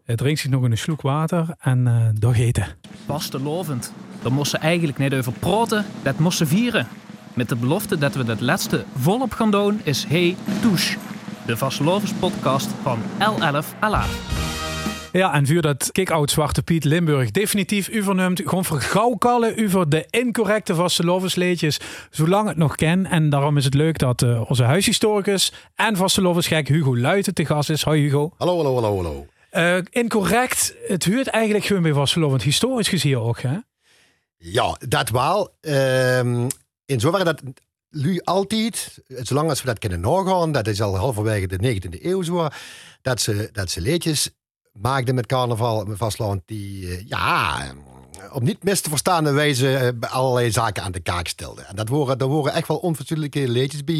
drinkt zich nog een slok water en doorgeten. Vastelovend. Daar moest ze eigenlijk niet over praten, dat moest ze vieren. Met de belofte dat we dat laatste volop gaan doen is Hey Touche. De Vastelovens podcast van L11 Ala. Ja, en voor dat kick-out Zwarte Piet Limburg definitief u vernoemt, gewoon vergauwkallen over de incorrecte vastelovensleedjes, zolang het nog ken. En daarom is het leuk dat onze huishistoricus en vastelovensgek Hugo Luiten te gast is. Hoi Hugo. Hallo. Incorrect, het huurt eigenlijk gewoon bij vastelovend historisch gezien ook, hè? Ja, dat wel. In zoverre dat lu altijd, zolang als we dat kunnen nagaan, dat is al halverwege de 19e eeuw zo, dat ze leedjes maakten met carnaval, met vastelovend, die op niet mis te verstaande wijze allerlei zaken aan de kaak stelden. En dat horen echt wel onverzoenlijke leedjes bij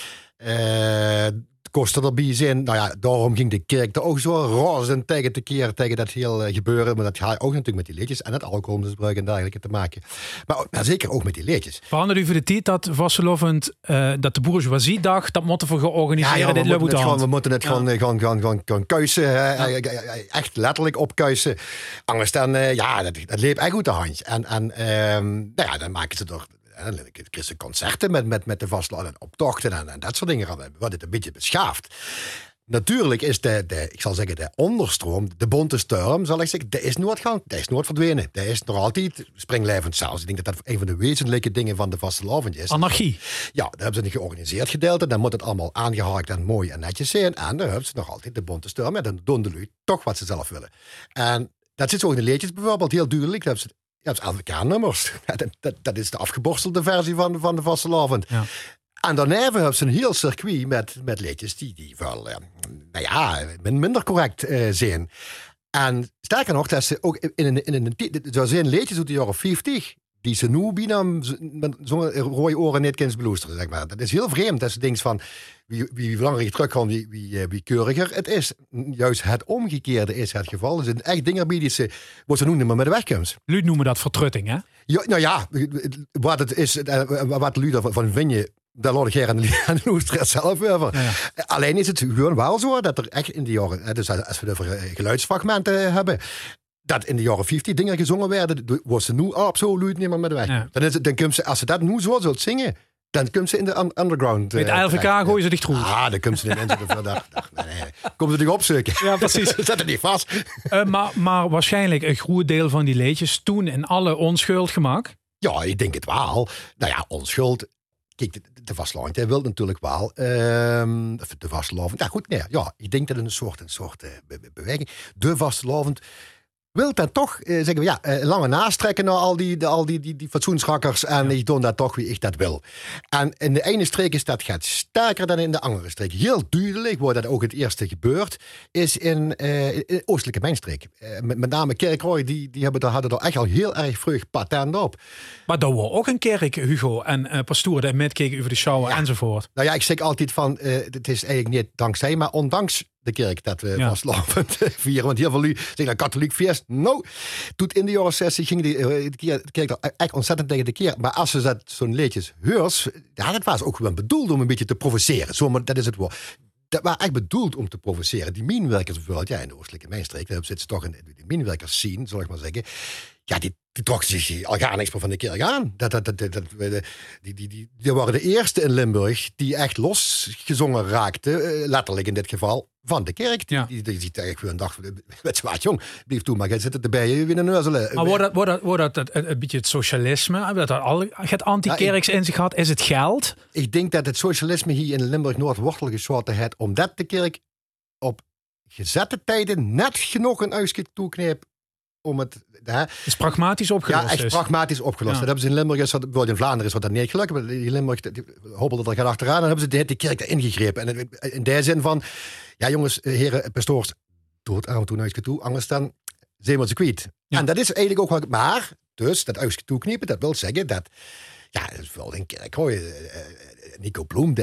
je. Kosten erbij zijn. Nou ja, daarom ging de kerk er ook zo razend tegen dat heel gebeuren. Maar dat gaat ook natuurlijk met die leedjes en het alcoholmisbruik en dergelijke te maken. Maar zeker ook met die leedjes. Verandert u voor de tijd dat vastelovend, dat de bourgeoisie dacht, dat moeten we gaan organiseren? We moeten het gewoon kuisen. Echt letterlijk opkuisen. Anders dan, dat leeft echt goed de hand. En dan maken ze toch. En dan krijg je concerten met de vastelovend optochten en dat soort dingen. Wordt het een beetje beschaafd. Natuurlijk is ik zal zeggen, de onderstroom, de bonte storm, zal ik zeggen, dat is nooit verdwenen. Dat is nog altijd springlevend zelfs. Ik denk dat dat een van de wezenlijke dingen van de vastelovend is. Anarchie. Ja, daar hebben ze een georganiseerd gedeelte. Dan moet het allemaal aangehaakt en mooi en netjes zijn. En dan hebben ze nog altijd de bonte storm. En dan doen de lui toch wat ze zelf willen. En dat zit zo in de leedjes bijvoorbeeld heel duidelijk. Dat hebben ze LVK-nummers. Dat is de afgeborstelde versie van de vastelovend. Ja. En daarna hebben ze een heel circuit met leedjes die wel, minder correct zijn. En sterker nog, dat ze ook er zijn leedjes uit de jaren 50... die ze nu bijna met zo'n rode oren niet kunnen beloesteren, zeg maar. Dat is heel vreemd. Dat ze denkt van, wie langer teruggaan, wie keuriger het is. Juist het omgekeerde is het geval. Er zijn echt dingen bij die wat ze noemen met de wegkomst. Jullie noemen dat vertrutting, hè? Ja, nou ja, wat het is, wat jullie daarvan vinden, daar laat ik aan de loester zelf over. Ja. Alleen is het gewoon wel zo dat er echt in die jaren, dus als we over geluidsfragmenten hebben, dat in de jaren 50 dingen gezongen werden, was ze nu absoluut niet meer met de weg. Ja. Dan komt ze, als ze dat nu zo zult zingen, dan komt ze in de underground. Met de LVK gooien ze dicht goed. Dan komt ze in de mensen. Nee. Komen ze zich opzoeken. Ja, precies. Zet het niet vast. Maar waarschijnlijk een groot deel van die leedjes toen in alle onschuld gemaakt. Ja, ik denk het wel. Nou ja, onschuld. Kijk, de vastelovend, hij wil natuurlijk wel. De vastelovend. Nou goed, nee. Ja, ik denk dat het een soort beweging. De vastelovend wil dan toch zeggen we lange nastrekken naar al die fatsoensrakkers en ik doe dat toch wie ik dat wil. En in de ene streek is dat gaat sterker dan in de andere streek. Heel duidelijk, waar dat ook het eerste gebeurt, is in oostelijke mijnstreek. Met name Kerkrooy, die hadden er echt al heel erg vroeg patent op. Maar daar was ook een kerk, Hugo, en pastoren die metkeken over de show enzovoort. Nou ja, ik zeg altijd van, het is eigenlijk niet dankzij, maar ondanks de kerk dat we vastelovend vieren. Want heel veel u zeggen dat katholiek feest. Nou, toen in de jaren 60 ging de kerk er echt ontzettend tegen de keer. Maar als ze zo'n leedjes hoort, dat was ook gewoon bedoeld om een beetje te provoceren. Zo, maar dat is het woord. Dat was echt bedoeld om te provoceren. Die mijnwerkers bijvoorbeeld, in de oostelijke mijnstreek, daar zitten ze toch in de mijnwerkers zien, zal ik maar zeggen. Ja, die trokken zich al gar niks meer van de kerk aan. Die waren de eerste in Limburg die echt losgezongen raakten, letterlijk in dit geval, van de kerk. Die ziet eigenlijk gewoon dacht, weet je wat jong, blijf toe, maar jij zit erbij, je weer een neuzelen. Maar wordt dat een beetje het socialisme, dat al het anti-kerks in zich had, is het geld? Ik denk dat het socialisme hier in Limburg-Noord wortel geschoten heeft, omdat de kerk op gezette tijden net genoeg een uitschiet toekneep om het is pragmatisch opgelost. Ja, echt pragmatisch opgelost. Dat hebben ze in Limburg, in Vlaanderen is wat dat niet gelukt. Maar in Limburg hobbelde er gaat achteraan. En hebben ze de kerk erin gegrepen. En in die zin van, ja jongens, heren, pastoors, dood aan toe naar toe, anders dan zijn we ze kwijt. Ja. En dat is eigenlijk ook wat, maar, dus, dat uitschiet toeknepen, dat wil zeggen dat, dat is wel een kerk, hoor, Nico Bloem,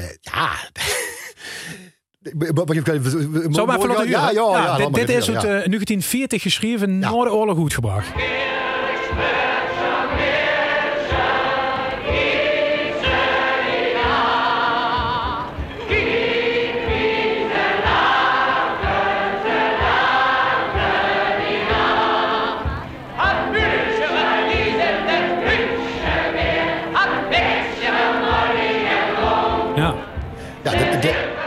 Zo maar vlot dit is uit 1940 geschreven, na de oorlog goed gebracht.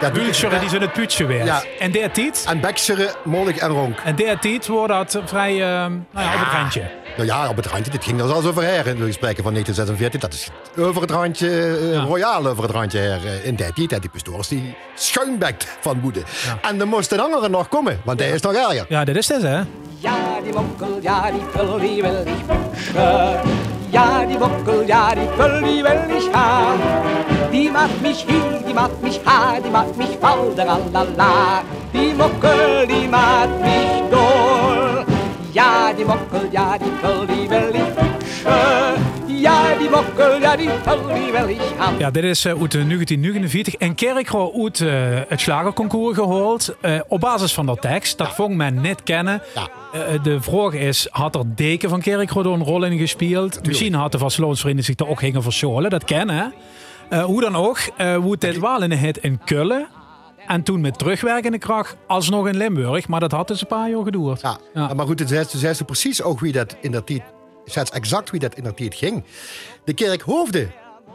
Wulscheren die zijn het putje weer. Ja. En der tijd? En Bekscheren, Mollig en Ronk. En der tijd wordt dat vrij op het randje. Nou ja, op het randje. Dit ging er zelfs over her in de gesprekken van 1946. Dat is over het randje, royaal over het randje her. In die tijd, die pastoors die schuimbekt van woede. Ja. En dan moest de andere nog komen, want hij is nog erger. Ja, dit is het, hè? Ja, die wokkel, ja, die vul, die wil ik pushen. Ja, die wokkel, ja, die vul, die wil ich haben. Die macht mich hier, die macht mich ha, die macht mich falderalala. Die wokkel, die macht mich dol. Ja, die wokkel, ja, die vul, die wil ik pushen. Ja, die wokkel, ja, die vul, die wil ik hebben. Ja, dit is uit 1949. En Kerkro uit het slagerconcours gehaald. Op basis van dat tekst. Dat vond men niet kennen. Ja. De vraag is, had er Deken van Kerkro een rol in gespeeld? Tuurlijk. Misschien had de Vasteloonsvrienden zich er ook gingen verscholen. Dat kennen. Hoe dan ook. Hoe dit wel in de hit in Kullen. En toen met terugwerkende kracht alsnog in Limburg. Maar dat had dus een paar jaar geduurd. Ja. Maar goed, toen zei ze precies ook wie dat in dat tijd... exact wie dat in dat tijd ging. De kerk hoefde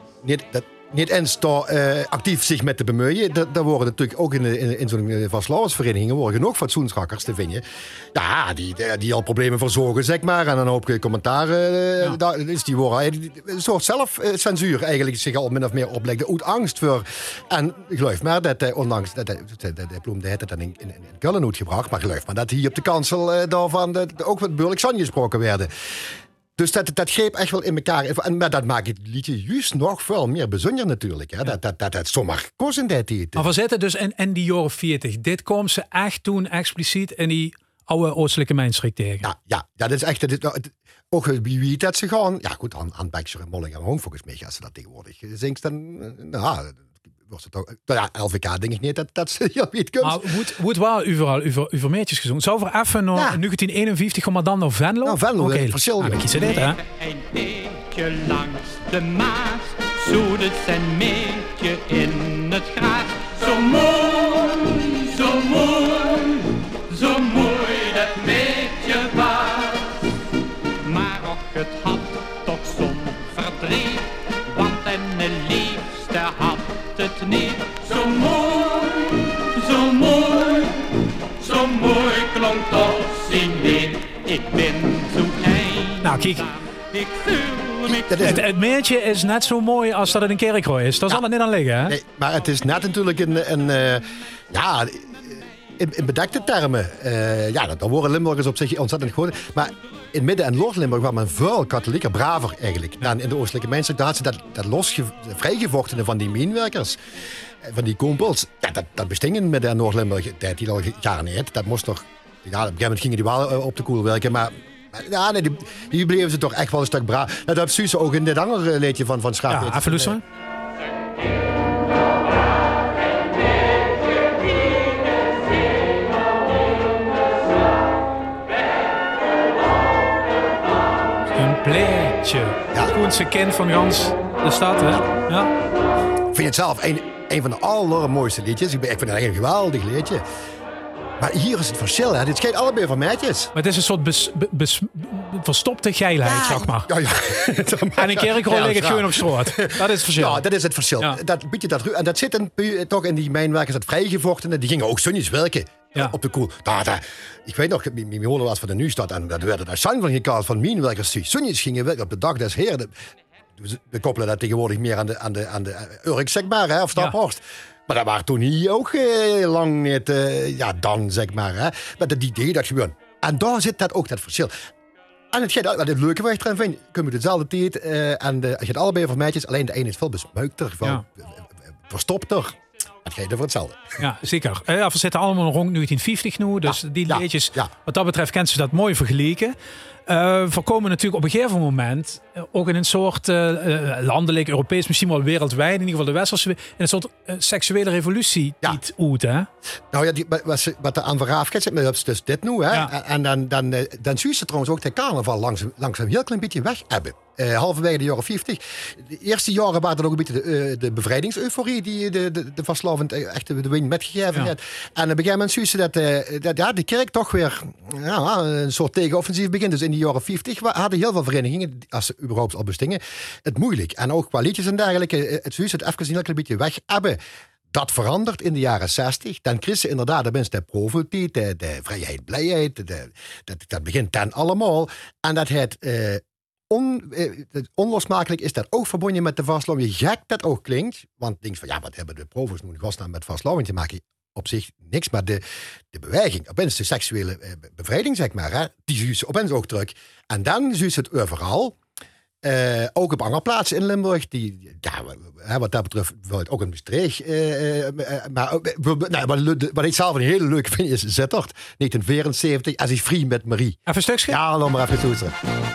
niet eens actief zich met te bemoeien. Daar worden natuurlijk ook in zo'n vastlouwersverenigingen worden genoeg fatsoensrakkers te vinden. Ja, die al problemen verzorgen, zeg maar. En dan hoop ik commentaren. Dus die worden een soort zelfcensuur eigenlijk zich al min of meer opleggen. Uit angst voor. En geloof maar dat ondanks dat de Bloem de het dan in Kullen uitgebracht. Maar geloof maar dat hier op de kansel daarvan ook wat beurlijk zand gesproken werden. Dus dat greep echt wel in elkaar. Maar dat maakt het liedje juist nog veel meer bijzonder natuurlijk. Hè? Ja. Dat zomaar kost in die tijd. Maar we zitten dus in die jaren 40. Dit kwam ze echt toen expliciet in die oude Oostelijke Mijnstreek tegen. Ja, dat is echt... Ook wie dat ze gaan... Ja goed, aan Bekscheren en Molling en Ronk volgens mij. Als ze dat tegenwoordig zingt, dan... was het ook, LVK denk ik niet dat ze heel niet kunnen. Maar wordt wel overal over meetjes gezongen. Zou we even naar 1951, maar dan naar Venlo? Nou, Venlo, okay. verschil. Dan kiezen dit, hè? Een beetje langs de Maas, zoedet zijn meetje in het gras. Zo mooi, zo mooi, zo mooi dat meetje was. Maar och, het had toch zo'n verdriet, want een liefste had het niet. Zo mooi, zo mooi, zo mooi klonk toch zijn lied. Ik ben zo eenzaam. Nou, kijk. Ik voel me... Het meertje is net zo mooi als dat het een kerkrooi is. Daar zal het niet aan liggen, hè? Nee, maar het is net natuurlijk in bedekte termen. Dan worden Limburgers op zich ontzettend goed. Maar in Midden- en Noord-Limburg was men veel katholieker, braver eigenlijk dan in de Oostelijke Mijnstreek. Daar had ze dat vrijgevochtene van die mijnwerkers, van die kompels. Ja, dat bestingen in Midden- en Noord-Limburg die al jaren niet. Dat moest nog... Ja, op een gegeven moment gingen die wel op de koel werken, maar... Ja, nee, die bleven ze toch echt wel een stuk braaf. Dat heb Suze ook in dit andere liedje van Schaap. Ja, even luisteren. Een pleetje. Ja. Koense kind van Gans de stad, hè? Ja. Ik vind het zelf een van de allermooiste liedjes. Ik vind het echt een geweldig liedje. Maar hier is het verschil, hè. Dit schijnt allebei van meisjes. Maar het is een soort verstopte geilheid, zeg maar. Ja. En een kerkrol ligt het gewoon op straat. Dat is het verschil. Ja, dat is het verschil. Ja. En dat zit toch in die mijnwerkers, dat vrijgevochtene. Die gingen ook zonnies werken op de koel. Ik weet nog, mijn moeder was van de Nieuwstad en daar werden daar zang van gekaald van mijnwerkers die zonnies gingen werken op de dag des heren. We koppelen dat tegenwoordig meer aan de Urk, zeg maar, hè, of Staphorst. Maar dat waren toen niet ook lang niet, dan zeg maar. Hè. Maar dat idee dat gebeurt. En daar zit dat verschil. En het leuke wat ik eraan vind, kun je dezelfde tijd en je hebt allebei van meisjes, alleen de ene is veel besmuikter, verstopter. Het gaat over hetzelfde. Ja, zeker. We zitten allemaal rond 1950 nu, dus die liedjes, wat dat betreft, kent ze dat mooi vergeleken. Voorkomen natuurlijk op een gegeven moment ook in een soort landelijk, Europees, misschien wel wereldwijd, in ieder geval de westerse, in een soort seksuele revolutie uit, hè? Nou ja, wat er aan vooraf gaat, dus dit nu, hè? Ja. En dan zie je trouwens ook de carnaval langzaam heel klein beetje weg hebben. Halverwege de jaren 50. De eerste jaren waren er ook een beetje de bevrijdings-euforie die de vastlovend echt de wind metgegeven had. En op een gegeven moment zie je dat de kerk toch weer een soort tegenoffensief begint. Dus in de jaren 50 hadden heel veel verenigingen, als ze überhaupt al bestingen, het moeilijk. En ook qua liedjes en dergelijke, het zie je het even een heel klein beetje weg hebben. Dat verandert in de jaren 60. Dan krijg je inderdaad de proveltijd, de vrijheid, blijheid. Dat begint dan allemaal. En dat het onlosmakelijk is dat ook verbonden met de vastloving. Gek dat ook klinkt. Want denk van, wat hebben de provels nu in godsnaam met vastloving te maken? Op zich niks, maar de beweging, opeens de seksuele bevrijding, zeg maar, hè, die zie je opeens ook terug. En dan zie je het overal. Ook op andere plaatsen in Limburg, wat dat betreft wel ook een Maastricht. Wat ik zelf een hele leuke vind is Zittert, 1974, als ik vrij met Marie. Even een stukje? Ja, laat maar even toetsen.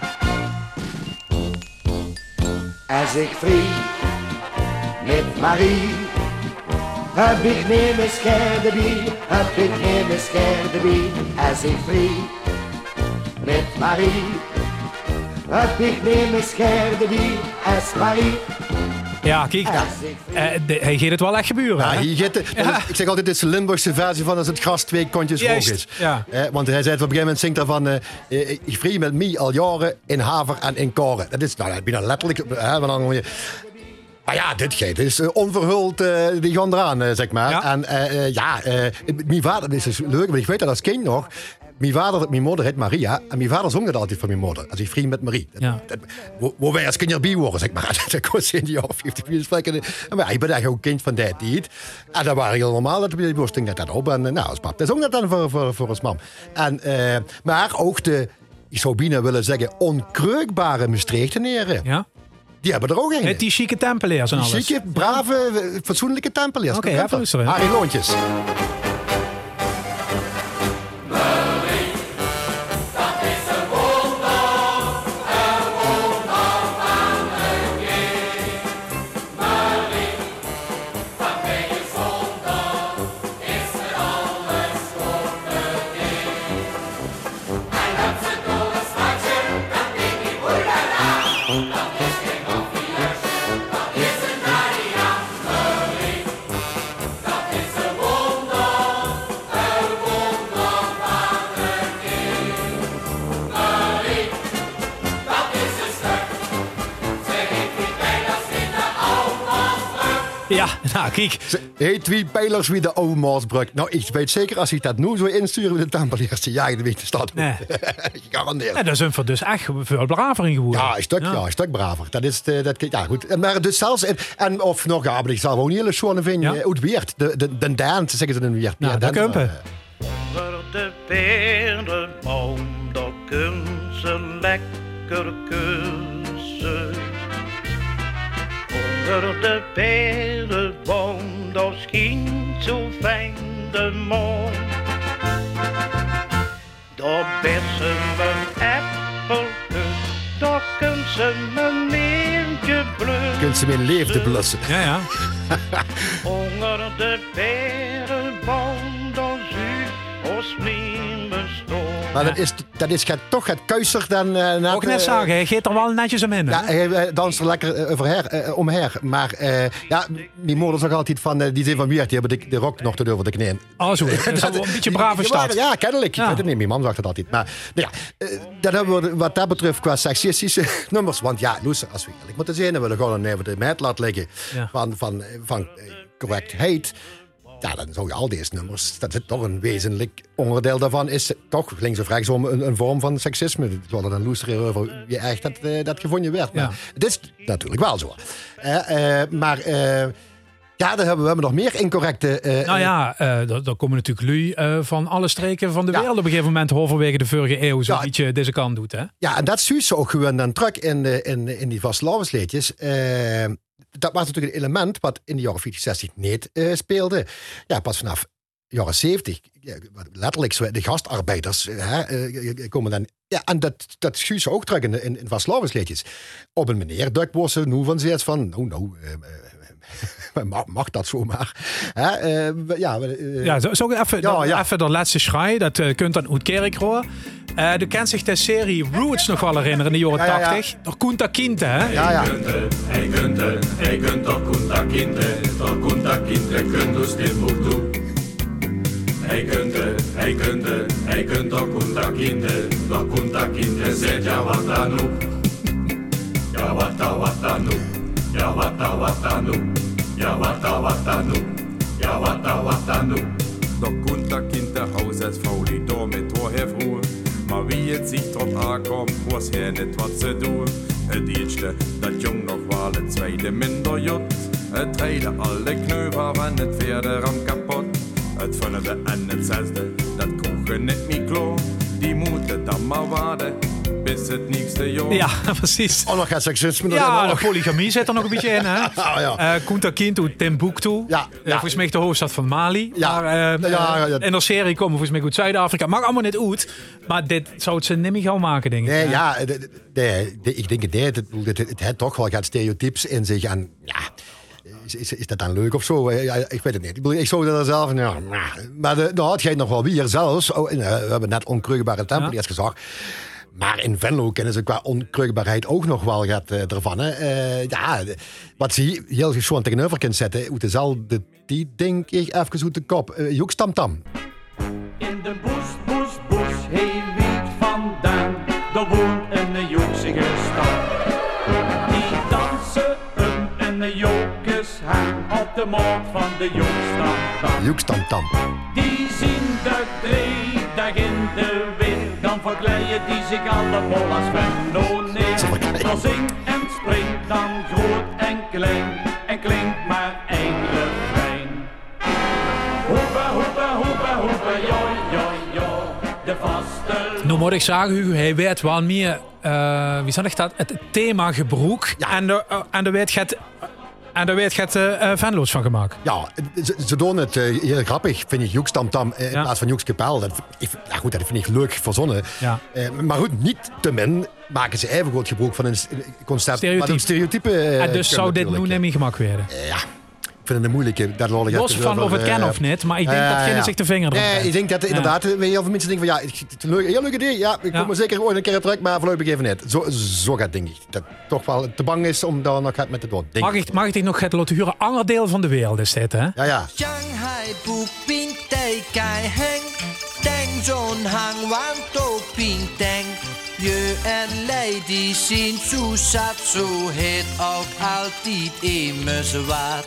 Als ik vrij met Marie, heb ik niet meer scherde bij, heb ik niet meer scherde bij. Als ik vrij met Marie, heb ik niet meer scherde bij, als Marie. Ja, kijk, hij gaat het wel echt gebeuren. Ja, hè? Ik zeg altijd, dit is de Limburgse versie van als het gras 2 kontjes hoog is. Ja. Want hij zei op een gegeven moment, zingt daarvan, ik vrij met mij al jaren in haver en in koren. Dat is bijna letterlijk. Maar ja, dit is onverhuld, die gaan eraan, zeg maar. Ja. En mijn vader, dat is leuk, want ik weet dat als kind nog. Mijn moeder heet Maria en mijn vader zong dat altijd van mijn moeder. Als ik vriend met Marie. Waar wij als kind erbij worden, zeg maar. Dat kost in die jaren 50 spreken. Maar ik ben eigenlijk ook kind van die tijd. En dat waren heel normaal. Dat we sting dat op. En als pap, dat zong dat dan voor ons mam. En, maar ook ik zou bijna willen zeggen, onkreukbare Maastrichtenaren. Ja? Die hebben er ook een. Die chique tempeleers en alles. Die chique, brave, fatsoenlijke tempeleers. Oké, even luisteren. Harry Loontjes. Ja, nou kijk. Heet wie pijlers wie de oude Maasbrug. Nou, ik weet zeker als ik dat nu zo insturen met de tempeliers, ja, dan weet de stad. Nee. Garandeerd. Ja, daar zijn we dus echt veel braver in geworden. Ja, een stuk braver. Dat is ja, goed. Maar dus zelfs, of nog, maar ik zal ook niet hele schoenen vinden. Ja. Uit Weert, de dans, zeggen ze in Weert. Ja, dat kumpen. Onder de perenboom, daar kunnen ze lekker kussen. Onder de perenboom, daar schijnt zo fijn de maan. Daar bessen we appeltjes, daar kunnen ze mijn meeltje blussen. Kunt ze mijn leefde blussen. Ja. Onder de perenboom, daar zuur ons niet bestaan. Maar dat is toch het kuiser dan... Ook net zeggen, hij geeft er wel netjes om in. Ja, hij danst er lekker omher. Maar mijn moeder zag altijd van, die zijn van Weert, die hebben de rok nog te over de knieën. Oh zo, dat is wel een beetje brave stad. Ja, kennelijk. Ik weet het niet, mijn mam zag dat altijd. Maar dat hebben we wat dat betreft qua seksistische nummers. Want ja, Loes, als we eerlijk moeten zijn, dan willen we gewoon even de meid laten liggen van correctheid. Ja, dan zou je al deze nummers, dat het toch een wezenlijk onderdeel daarvan is, toch links of rechts een vorm van seksisme. We hadden dan loesteren over wie echt dat gevonden werd. Maar het is natuurlijk wel zo. We hebben nog meer incorrecte... er komen natuurlijk lui van alle streken van de wereld op een gegeven moment halverwege de vorige eeuw zo'n beetje deze kant doet. Hè? Ja, en dat zie je ook gewoon dan terug in die vastelavondsliedjes. Dat was natuurlijk een element wat in de jaren 40, 60 niet speelde. Ja, pas vanaf jaren 70, letterlijk de gastarbeiders komen dan... Ja, en dat schuurt ze ook terug in vastelavondsliedjes. Op een meneer duik was ze nu van zegt van... mag dat zomaar? Zo even de laatste schrei. Dat kunt dan uit Kerkroo. Je kent zich de serie Roots nog wel herinneren in de jaren 80. Door Kunta Kinte, hè? Ja. Hij kunt toch Kunta Kinte. Toch Kunta Kinte kunt dus Timbuktu. Hij kunt toch Kunta Kinte. Toch Kunta Kinte zegt ja wat dan nu. Ja wat dan nu. Ja wat dan nu. ja wat dan nu? Doch Kunter kind der Hausfrau, die da mit Tor herfroh. Maar wie het zich tot aankomt, was hij net wat ze doen. Het eerste, dat jong nog wel, het tweede minder jut. Het derde, alle kneuven van het vierde ram kapot. Het vijfde en het zesde, dat kochen niet meer klaar. Die moeten dan maar wachten, bis het nieuwste jaar. Ja, precies. Oh, nog geen seksisme. Ja, de polygamie zit er nog een beetje in, hè? Ja. Kunta Kinte, Timbuktu. Ja. Volgens mij de hoofdstad van Mali. Ja. Maar Ja. in de serie komen volgens mij uit Zuid-Afrika. Mag allemaal niet uit. Maar dit zou het ze niet meer gaan maken, denk ik. Nee, ja, ik denk het niet. Het heeft toch wel gaat stereotypes in zich. En ja, is dat dan leuk of zo? Ja, ik weet het niet. Ik zou dat er zelf... Ja, maar daar had jij nog wel weer zelfs. We hebben net Onkruigbare Tempel eerst gezegd. Maar in Venlo kennen ze qua onkruigbaarheid ook nog wel ervan. Wat ze heel gewoon tegenover kunnen zetten, uit dezelfde tijd, denk ik, even uit de kop. Joeks Tam Tam. In de boes, heel wiet vandaan, daar woont een joeksige stad. Die dansen en de jokers hangen op de moord van de Joekstam. Joeks Tam Tam. Die zien de 3 dag in de weer, dan verkleien die zich allemaal als Venlo neer. Dan zingt en springt dan groot en klein, en klinkt maar één refrein. Hoepa, hoepa, hoepa, hoepa, joi, joi, joi, de vaste... Nou moet ik zeggen, Hugo, hij weet wel meer, wie zeg ik dat, het thema gebroek. Ja. En daar weet je het Venlo's van gemaakt. Ja, ze doen het heel grappig, vind ik, Joeks Tam Tam in plaats van Joeks Kapel. Dat vind ik leuk verzonnen. Ja. Maar goed, niet te min maken ze even goed gebruik van een concept. Wat een stereotype. En dus zou dit nu niet meer gemaakt worden? Ja. Ik vind het een moeilijke. Los van of het kan of niet, maar ik denk dat geen zich de vinger erop ik denk dat inderdaad heel veel mensen denken van het is een heel leuk idee. Ja, ik kom er zeker ooit een keer terug, maar voorlopig even niet. Zo gaat denk ik. Dat toch wel te bang is om daar nog met te doen. Mag ik nog het laten huren? Ander deel van de wereld is dit, hè? Ja. Shanghai boek ping tai kai heng. Deng zo'n hang wan to ping deng. Je en lady zien zo zat, zo heet ook altijd immers waard.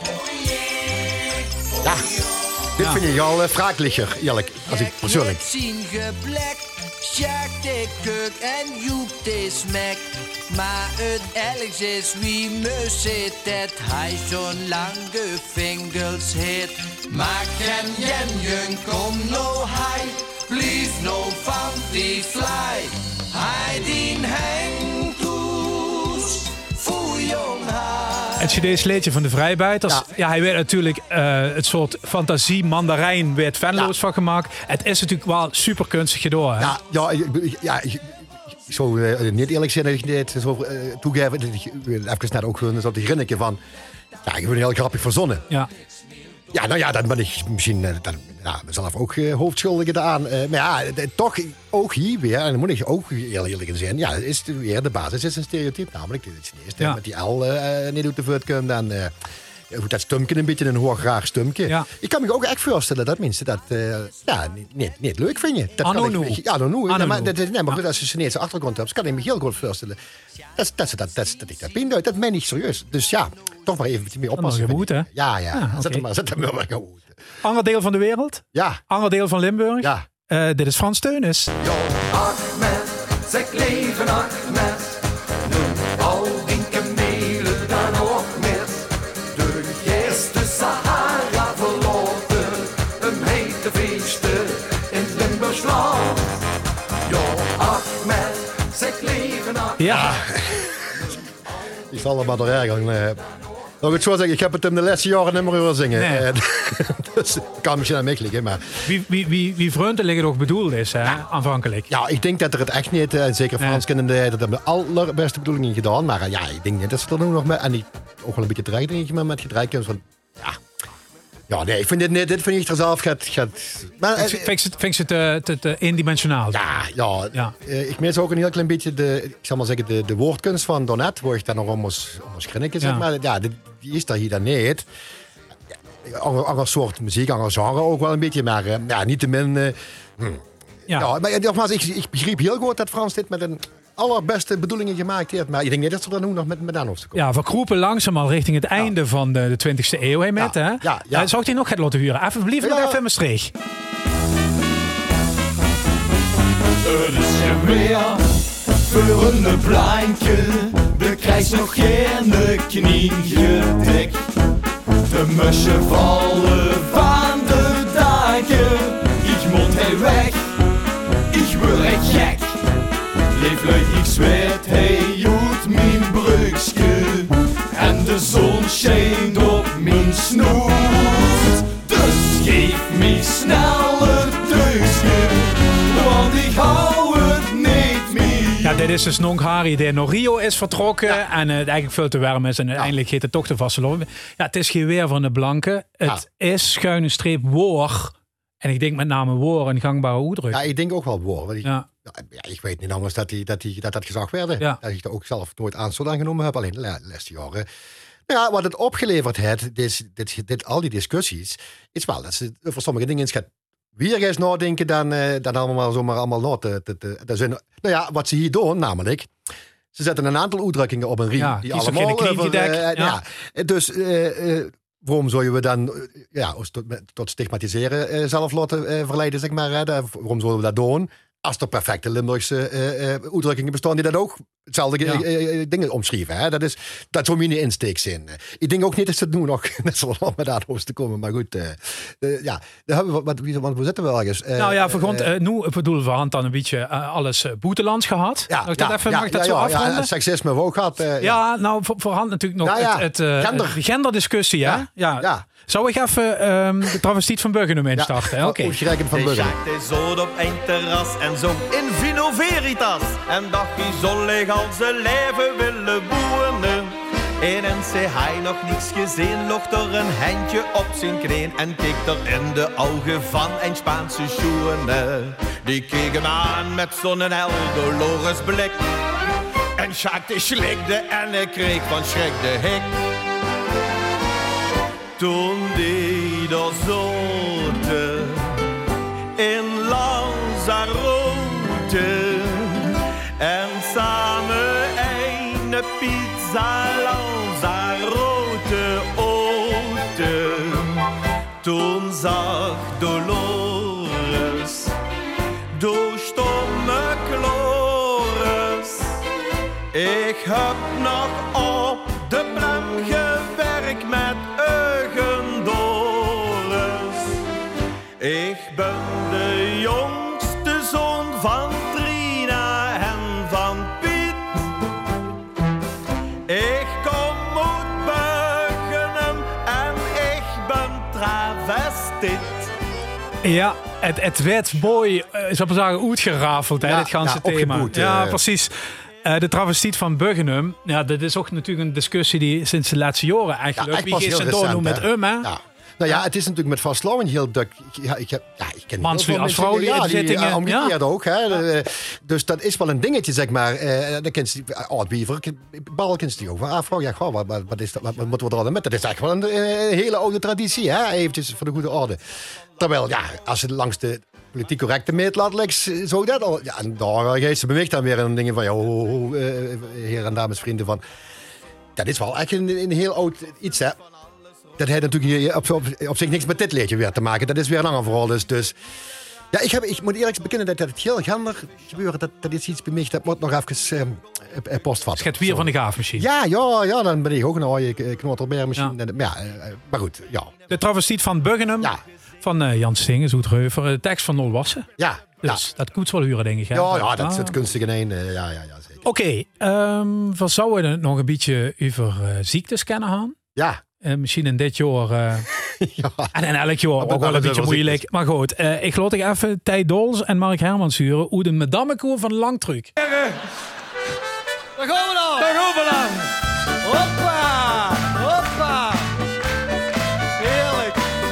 Ja, dit vind ik al wraaklicher, eerlijk, als ik persoonlijk. Zien geblek, Sjaak de kuk en Joep de smek. Maar het ergst is wie me zit, dat hij zo'n lange vingers heeft. Maar ken jen kom no hij, blief no van die fly. Hij dien heng toes, voor jong haar. Het cd-sleetje van de Vrijbuiters. Ja, hij werd natuurlijk het soort fantasie mandarijn werd Venlo's van gemaakt. Het is natuurlijk wel super kunstig gedaan. Ik zou niet eerlijk zijn dat ik dit zo toegeven. Even net ook zo te grinneken van. Ja, ik ben heel grappig verzonnen. Ja. Ja, nou ja, dan ben ik misschien mezelf ook hoofdschuldig aan. Maar ja, toch ook hier weer, en dan moet ik ook heel eerlijk in zijn. Ja, is weer de basis is een stereotype. Namelijk, dit is niet met die L niet uit de voet komt. Dan dat stumke een beetje een hooggraag stumke. Ja. Ik kan me ook echt voorstellen dat mensen dat niet leuk vinden. Dat kan ik, maar goed, als je Chinese achtergrond hebt, kan ik me heel goed voorstellen. Dat ik dat binnen, dat meen ik serieus. Dus ja, toch maar even mee oppassen. Gemoed, hè? Ja. Okay. Zet hem maar goed. Ander deel van de wereld? Ja. Ander deel van Limburg? Ja. Dit is Frans Teunis. Jo, Ahmed, zeg leven Ahmed. Nu al die kamelen dan ook met. De eerste Sahara verloren. Een hete feesten in Limburgsland. Jo, Ahmed, zeg leven Ahmed. Ja. Die zal er maar door ergens. Nog het zo zeggen, ik heb het in de laatste jaren niet meer horen zingen. Nee. Dus kan misschien aan mij klikken, maar... Wie vriendelijk ook bedoeld is, hè, aanvankelijk. Ja, ik denk dat er het echt niet, zeker Frans kennende, dat hebben de allerbeste bedoelingen gedaan. Maar ja, ik denk niet dat ze er nu nog met, en die ook wel een beetje terecht, denk ik, met gedraaid van, ja, nee, ik vind dit vind ik er zelf vind je het te eendimensionaal? Ja. Ik mis ook een heel klein beetje de woordkunst van Donet, waar ik dan nog om moest grinniken, zeg maar. Ja, die is daar hier dan niet. Ander soort muziek, ander genre ook wel een beetje, maar niet te min... Ja, maar nogmaals, ik begreep heel goed dat Frans dit met een allerbeste bedoelingen gemaakt heeft. Maar ik denk niet dat ze er nu nog met aan hoeft te komen. Ja, we kroepen langzaam al richting het einde van de 20e eeuw. Hè, met, hè? Ja. Zou ik die nog gaan laten huren? Even blijven nog even in Maastricht. Het is geen meer voor een pleintje. De krijgt nog geen knieën dik. De musje vallen van de daken. Ik moet hij weg, ik word echt gek. Leeflijk, ik zweet, hij uit mijn brugske. En de zon schijnt op mijn snoet. Dus geef me snel het thuisje, want ik hou het niet meer. Ja, dit is dus Nong Harry die naar Rio is vertrokken. En het eigenlijk veel te warm is. En uiteindelijk heet het toch de vastelovens. Ja, het is geen weer van de blanke. Het is schuine streep woor. En ik denk met name woor een gangbare oerdruk. Ja, ik denk ook wel woor. Ik weet niet anders dat gezag werd. Ja. Dat ik er ook zelf nooit aanstoot aan genomen heb. Alleen de laatste jaren. Ja, wat het opgeleverd heeft, al die discussies, is wel dat ze voor sommige dingen weer eens nadenken dan allemaal na te wat ze hier doen, namelijk, ze zetten een aantal uitdrukkingen op een riem. die allemaal dus waarom zou je dan tot stigmatiseren zelf laten verleiden, zeg maar. Waarom zouden we dat doen? Als er perfecte Limburgse uitdrukkingen bestaan die dat ook hetzelfde dingen omschrijven. Hè? Dat zou mijn insteek zijn. Ik denk ook niet dat ze het nu nog net zo lang met dat hoofd te komen. Maar goed, daar hebben we want we zitten wel ergens. Nu bedoel we hand dan een beetje alles boetelands gehad. Mag ik dat zo afronden? Ja, seksisme hebben we ook gehad. Voorhand natuurlijk nog het genderdiscussie. Hè? Ja. Zou ik even de travestiet van Buggenum instarten? Oké. Van Buggenum. Hij zat op een terras en zong in Vino Veritas. En dacht hij zollig al zijn leven willen wonen. En zei hij nog niets gezien, locht er een handje op zijn kreen. En keek er in de ogen van een Spaanse schoenen. Die keek hem aan met zo'n Dolores blik. En Jacques slikte en hij kreeg van schrik de hik. Toen die er zote in Lanzarote en samen een pizza Lanzarote oten. Toen zag Dolores door stomme klores. Ik heb nog op de plank gewerkt met ik ben de jongste zoon van Trina en van Piet. Ik kom uit Buggenum en ik ben travestiet. Ja, het werd mooi, zou ik zeggen, uitgerafeld, dit ganse thema. Precies. De travestiet van Buggenum, dat is ook natuurlijk een discussie die sinds de laatste jaren eigenlijk. Wie is het door met hè? Nou ja, het is natuurlijk met vastlopen heel druk. Ik ken Manslu als vrouw die zittingen. Omgekeerd ook. Hè. Dus dat is wel een dingetje, zeg maar. Dan kent ze Oudwiever, Bal kent ze die ook. Wat moeten we er al met? Dat is echt wel een hele oude traditie, hè? Eventjes voor de goede orde. Terwijl, als je langs de politiek correcte meetlat legt, zo dat al. Ja, en daar geeft ze beweegt dan weer een dingen van, heren en dames, vrienden van. Dat is wel echt een heel oud iets, hè. Dat heeft natuurlijk hier op zich niks met dit liedje weer te maken. Dat is weer een ander verhaal. Dus ja, ik moet eerlijk bekennen dat het heel gander gebeuren. Dat is iets bij mij. Dat moet nog even postvatten. Schet weer van de Gaaf misschien. Ja, dan ben ik ook een oude knotelbeer misschien. Maar goed, ja. De travestiet van Buggenum. Ja. Van Jan Stingen, Zoetreuver. De tekst van Nol Wassen. Ja. Dus dat koets wel huren, denk ik. Hè? Ja, dat is het kunstige in één. Ja, zeker. Oké, we zouden nog een beetje over ziektes kennen gaan. Ja. Misschien in dit jaar. En elk jaar ook wel een beetje moeilijk. Maar goed, ik laat even Tij Dols en Mark Hermans huren. Hoe de Madammekoer van Langtruc. Daar gaan we dan. Hoppa. Heerlijk.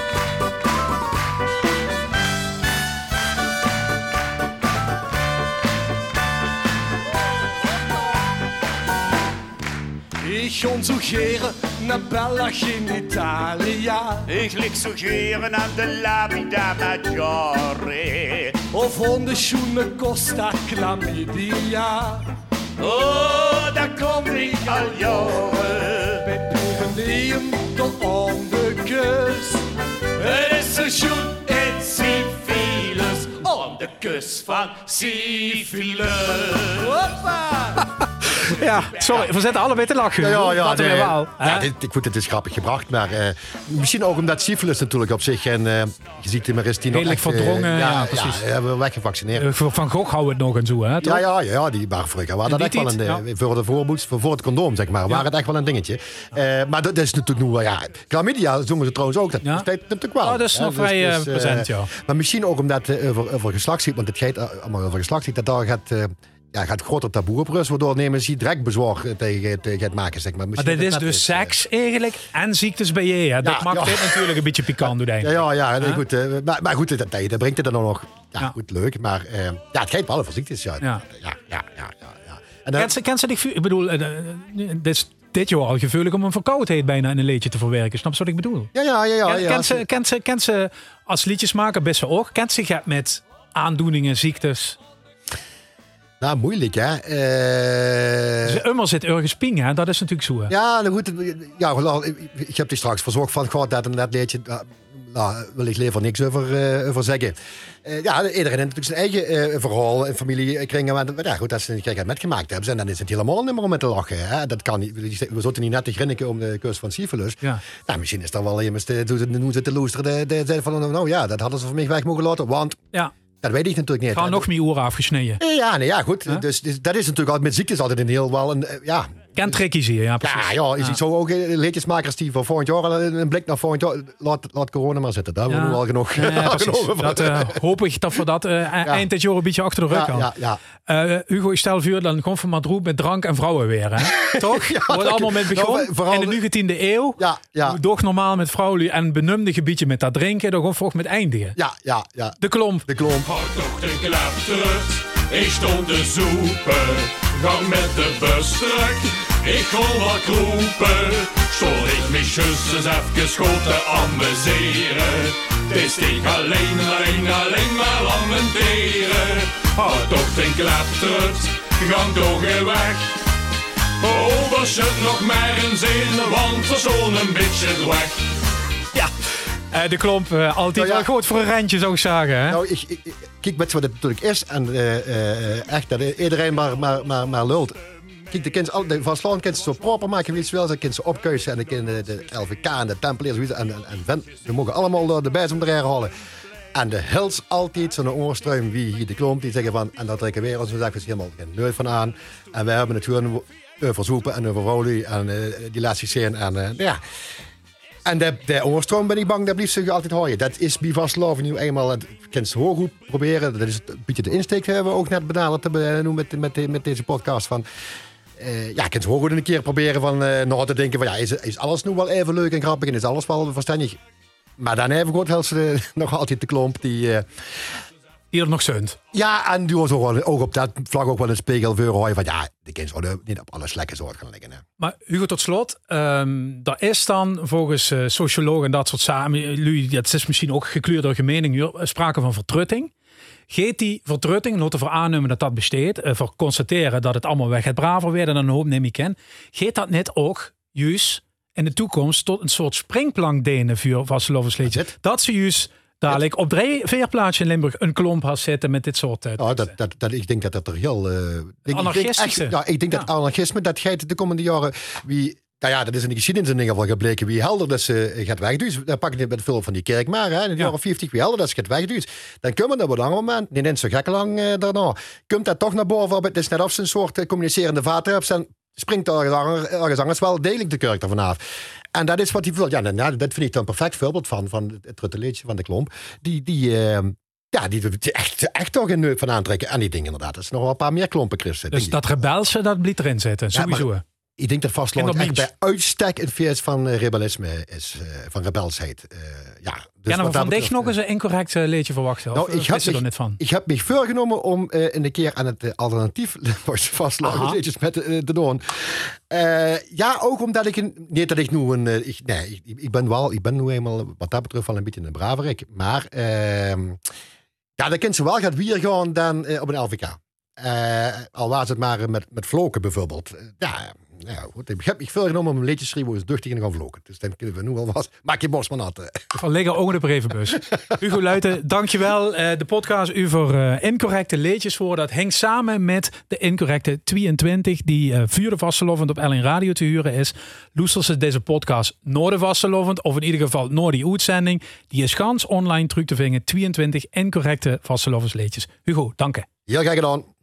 Ik ga zoekeren naar België in Italië. Ik lig zoekeren aan de La Vida Maggiore. of hondensschoenen Costa Chlamydia. Oh, daar kom ik al jaren. Bij Pyreneeën tot aan de kust. Het is een schoen in syphilis, aan de kust van syphilis. Hoppa! Ja, sorry, we zetten allebei te lachen. Laten we wel. Het is grappig gebracht, maar misschien ook omdat syphilis natuurlijk op zich een ziekte maar is die nog redelijk echt, verdrongen, ja, precies. Ja, we weggevaccineerd. Van Gogh houden we het nog en zo, hè? Toch? Ja, die waren vroeger. Waren dat echt wel voor de voorboeds, voor het condoom, zeg maar. Waren het echt wel een dingetje. Maar dat is natuurlijk nu, chlamydia zongen ze trouwens ook. Dat is natuurlijk wel. Oh, dat is nog vrij present, ja. Maar misschien ook omdat over geslachtsziekte, want het gaat allemaal over geslachtsziekte, dat daar gaat groter taboe op rust, waardoor nemen ze direct bezorg tegen het maken, zeg maar. Maar dit is dus seks eigenlijk en ziektes bij je. Hè? Dat maakt dit natuurlijk een beetje pikant, doe denk ik. Goed. Maar goed, dat brengt het dan nog. Ja, goed, leuk. Maar het gaat wel over ziektes, ja. Kent ze ik bedoel, dit jaar al gevoelig om een verkoudheid bijna in een liedje te verwerken. Snap je wat ik bedoel? Ja. Kent ze als liedjesmaker best wel ook? Kent ze met aandoeningen, ziektes? Nou, moeilijk, hè. Immer zit ergens ping, hè? Dat is natuurlijk zo, hè? Ja, nou goed. Ik heb die straks verzorgd van gehad dat een net liedje. Wil ik liever niks over zeggen. Iedereen heeft natuurlijk zijn eigen verhaal en familiekringen. Maar goed, als ze het metgemaakt hebben, en dan is het helemaal niet meer om met te lachen. Hè? Dat kan niet. We zitten niet net te grinniken om de kus van syphilis. Ja. Nou, misschien is er wel iemand toen ze te loesteren. De zei van, dat hadden ze voor mij weg mogen laten, want... Ja. Dat weet ik natuurlijk niet. Gaan nog meer oren afgesneden. Goed. Huh? Dus dat is natuurlijk altijd met ziektes altijd een heel wel Ken tricky zie je, ja, precies. Is het zo ook liedjesmakers die voor volgend jaar een blik naar volgend jaar... Laat corona maar zitten, daar hebben we al genoeg. Hoop ik dat we dat eind dit jaar een beetje achter de rug gaan. Hugo, ik stel voor, dan gewoon van Madroe met drank en vrouwen weer. Hè? Toch? Wordt allemaal met begon. In de 19e eeuw. Doch normaal met vrouwen en benumde gebiedje met dat drinken. Dan gewoon volgens met eindigen. Ja. De klomp. Houd toch de klap terug. Ik stond te zoepen. Gang met de bus terug. Ik kon wat kroepen. Zal ik mijn zusjes even goed te amuseren. Het is ik alleen maar lamenteren. Houd toch de klap terug. Gang toch weg. Was het nog maar een zin, want er zo'n een beetje weg. Ja. De klomp, altijd wel goed voor een randje, zou ik zeggen. Hè? Nou, kijk met wat het natuurlijk is. En echt, dat iedereen maar lult. Kijk, de Vaasland kent ze zo proper maken, wie wel. Ze kent ze opkeuzen en de LVK en de Tempeliers. En we mogen allemaal de bijs om de rij halen. En de hels altijd zo'n oorstruim wie hier de klomp. Die zeggen van, en dat trekken weer ons. We zeggen, er helemaal geen neus van aan. En we hebben het gewoon over zoepen en over rolie. En die laat zich zien. En En de oorstroom ben ik bang, dat blijft zich altijd houden. Dat is bij Vaasland nu eenmaal, het kan ze heel goed proberen. Dat is een beetje de insteek, hebben we ook net benaderd met deze podcast. Van, ik kan ze heel goed een keer proberen van nog te denken van, is alles nu wel even leuk en grappig en is alles wel verstandig. Maar dan even goed helpt ze nog altijd de klomp die er nog zeunt. Ja, en die was ook op dat vlak ook wel een spiegel voor hoor van de kinderen niet op alle slekke soort gaan liggen. Hè. Maar Hugo, tot slot, daar is dan volgens sociologen en dat soort zaken, het is misschien ook gekleurde mening, sprake van vertrutting. Geet die vertrutting, laten we aannemen dat dat besteedt, voor constateren dat het allemaal weg gaat braver weer dan een hoop neem ik ken. Geet dat net ook juist in de toekomst tot een soort springplank denen voor vastelovensliedje. Dat ze juist dadelijk op 3 veerplaatsen in Limburg een klomp had zitten met dit soort... ik denk dat er heel... anarchistische. Ik denk dat anarchisme, dat gaat de komende jaren... dat is in de geschiedenis in ieder geval gebleken. Wie helder dat ze gaat wegduwen. Dan pak ik het met de film van die kerk maar. Hè, in de jaren 50, wie helder dat ze gaat wegduwen. Dan kunnen we op een ander moment, niet zo gek lang daarna, komt dat toch naar boven. Het is net of ze een soort communicerende vater hebt. En springt ergens anders wel degelijk de kerk ervan af. En dat is wat hij wil. Ja, dat vind ik dan een perfect voorbeeld van het rutteletje van de klomp. Die echt toch een neuk van aantrekken. En die dingen inderdaad. Dat is nog wel een paar meer klompen, Chris. Dus dat rebelse, dat bliet erin zitten, sowieso. Ja, ik denk dat Vaasland echt bij uitstek een feest van rebellisme is. Van rebelsheid. Dus we van dich nog eens een incorrect leedje verwachten? Nou, ik heb me voorgenomen om een keer aan het alternatief Vaasland leedjes met te doen. Ook omdat ik ik ben nu eenmaal wat dat betreft wel een beetje een braverik. Maar Ja, dan kent ze wel gaat weer gaan dan op een LVK. Al was het maar met vloken bijvoorbeeld. Goed. Ik heb me veel genomen om een liedje te schrijven hoe ze duchtig in gaan vloken. Dus dan kunnen we nu al was. Maak je borst maar nat. Van liggen ook in de brievenbus. Hugo Luiten, dankjewel. De podcast over incorrecte liedjes voor. Dat hangt samen met de incorrecte 22 die voor de Vastelovend op LN Radio te huren is. Luister ze deze podcast naar de Vastelovend of in ieder geval naar die uitzending. Die is gans online terug te vinden. 22 incorrecte Vastelovens liedjes. Hugo, dank je. Heel graag gedaan.